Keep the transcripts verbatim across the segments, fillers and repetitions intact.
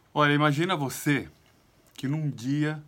Olha, imagina você que num dia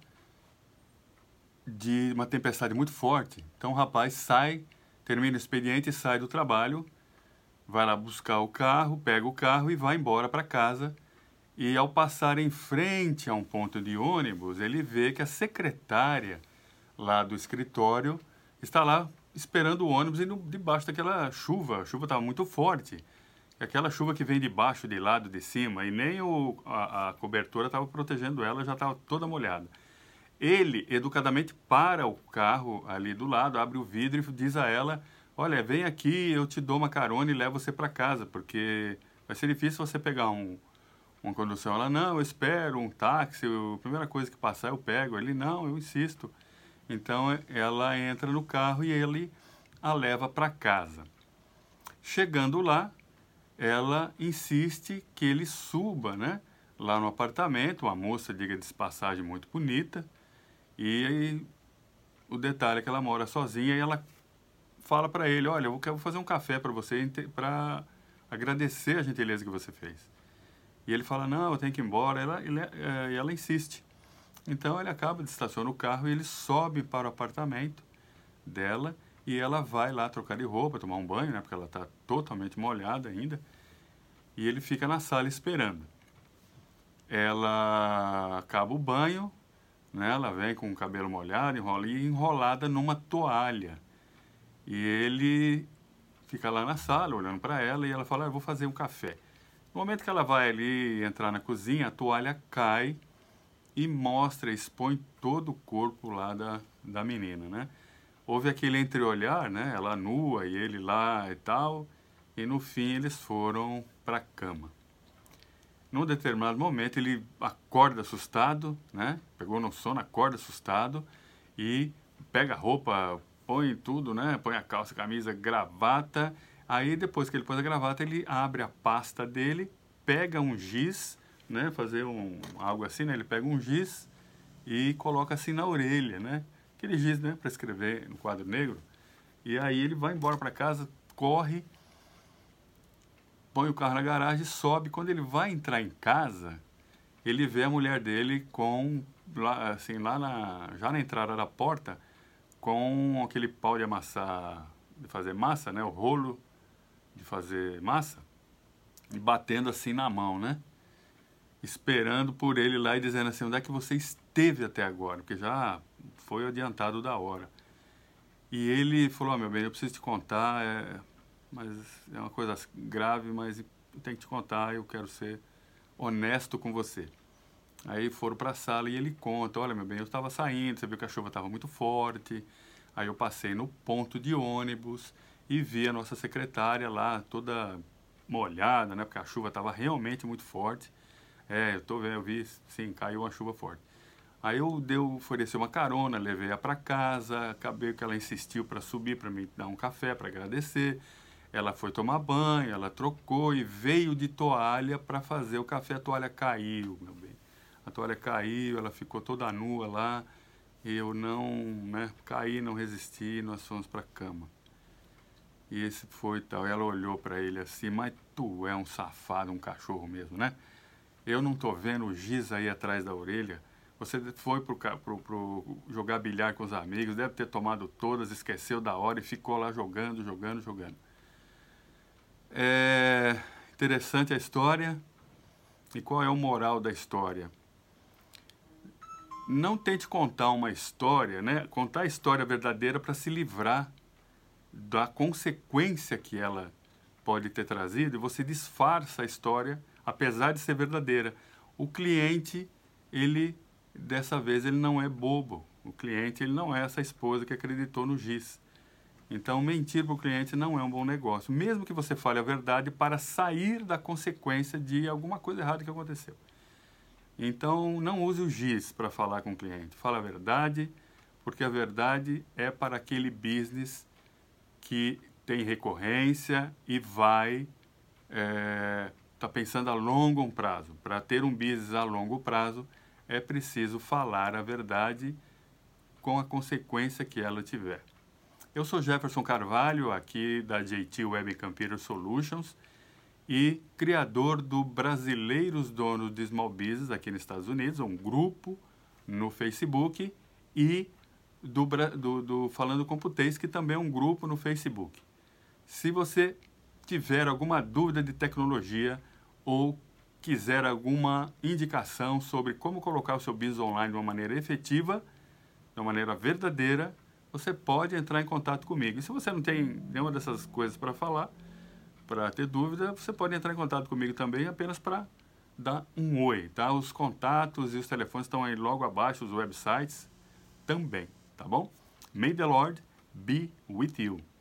de uma tempestade muito forte, então o rapaz sai, termina o expediente e sai do trabalho, vai lá buscar o carro, pega o carro e vai embora para casa. E ao passar em frente a um ponto de ônibus, ele vê que a secretária lá do escritório está lá esperando o ônibus e no, debaixo daquela chuva. A chuva estava muito forte. Aquela chuva que vem de baixo, de lado, de cima, e nem o, a, a cobertura estava protegendo ela, já estava toda molhada. Ele, educadamente, para o carro ali do lado, abre o vidro e diz a ela: Olha, vem aqui, eu te dou uma carona e levo você para casa, porque vai ser difícil você pegar um, uma condução. Ela: Não, eu espero um táxi, a primeira coisa que passar eu pego. Ele: Não, eu insisto. Então ela entra no carro e ele a leva para casa. Chegando lá, ela insiste que ele suba, né? Lá no apartamento, uma moça, diga de passagem, muito bonita. E aí, o detalhe é que ela mora sozinha e ela fala para ele: Olha, eu quero fazer um café para você para agradecer a gentileza que você fez. E ele fala: Não, eu tenho que ir embora. Ela, ele, é, ela insiste. Então ele acaba de estacionar o carro e ele sobe para o apartamento dela e ela vai lá trocar de roupa, tomar um banho, né? Porque ela está totalmente molhada ainda. E ele fica na sala esperando. Ela acaba o banho, né? Ela vem com o cabelo molhado, enrola, e enrolada numa toalha. E ele fica lá na sala, olhando para ela, e ela fala: ah, eu vou fazer um café. No momento que ela vai ali entrar na cozinha, a toalha cai e mostra, expõe todo o corpo lá da, da menina, né? Houve aquele entreolhar, né? Ela nua e ele lá e tal, e no fim eles foram para a cama. Num determinado momento ele acorda assustado, né? Pegou no sono, acorda assustado e pega a roupa, põe tudo, né? Põe a calça, camisa, gravata. Aí depois que ele pôs a gravata, ele abre a pasta dele, pega um giz, né? Fazer um, algo assim, né? Ele pega um giz e coloca assim na orelha, né? Aquele giz, né? Para escrever no quadro negro. E aí ele vai embora para casa, corre, põe o carro na garagem, sobe. Quando ele vai entrar em casa, ele vê a mulher dele com, lá, assim, lá na, já na entrada da porta, com aquele pau de amassar, de fazer massa, né? O rolo de fazer massa, e batendo assim na mão, né? Esperando por ele lá e dizendo assim: onde é que você esteve até agora? Porque já foi adiantado da hora. E ele falou: oh, meu bem, eu preciso te contar, é, mas é uma coisa grave, mas eu tenho que te contar, eu quero ser honesto com você. Aí foram para a sala e ele conta: olha, meu bem, eu estava saindo, você viu que a chuva estava muito forte, aí eu passei no ponto de ônibus e vi a nossa secretária lá toda molhada, né, porque a chuva estava realmente muito forte. É, eu tô vendo, eu vi, sim, caiu uma chuva forte. Aí eu dei, ofereci uma carona, levei-a para casa, acabei que ela insistiu para subir para me dar um café para agradecer. Ela foi tomar banho, ela trocou e veio de toalha para fazer o café. A toalha caiu, meu bem. A toalha caiu, ela ficou toda nua lá. E eu não, né, caí, não resisti, nós fomos para a cama. E esse foi tal. Ela olhou para ele assim: mas tu é um safado, um cachorro mesmo, né? Eu não tô vendo o giz aí atrás da orelha. Você foi pro, pro, pro jogar bilhar com os amigos, deve ter tomado todas, esqueceu da hora e ficou lá jogando, jogando, jogando. É interessante a história. E qual é o moral da história? Não tente contar uma história, né? Contar a história verdadeira para se livrar da consequência que ela pode ter trazido, e você disfarça a história, apesar de ser verdadeira. O cliente, ele, dessa vez, ele não é bobo. O cliente, ele não é essa esposa que acreditou no giz. Então, mentir para o cliente não é um bom negócio, mesmo que você fale a verdade para sair da consequência de alguma coisa errada que aconteceu. Então, não use o giz para falar com o cliente. Fala a verdade, porque a verdade é para aquele business que tem recorrência e vai é, tá pensando a longo prazo. Para ter um business a longo prazo, é preciso falar a verdade com a consequência que ela tiver. Eu sou Jefferson Carvalho, aqui da J T Web Computer Solutions, e criador do Brasileiros Donos de Small Business aqui nos Estados Unidos, um grupo no Facebook, e do, do, do Falando Computês, que também é um grupo no Facebook. Se você tiver alguma dúvida de tecnologia ou quiser alguma indicação sobre como colocar o seu business online de uma maneira efetiva, de uma maneira verdadeira, você pode entrar em contato comigo. E se você não tem nenhuma dessas coisas para falar, para ter dúvida, você pode entrar em contato comigo também apenas para dar um oi, tá? Os contatos e os telefones estão aí logo abaixo, os websites também, tá bom? May the Lord be with you.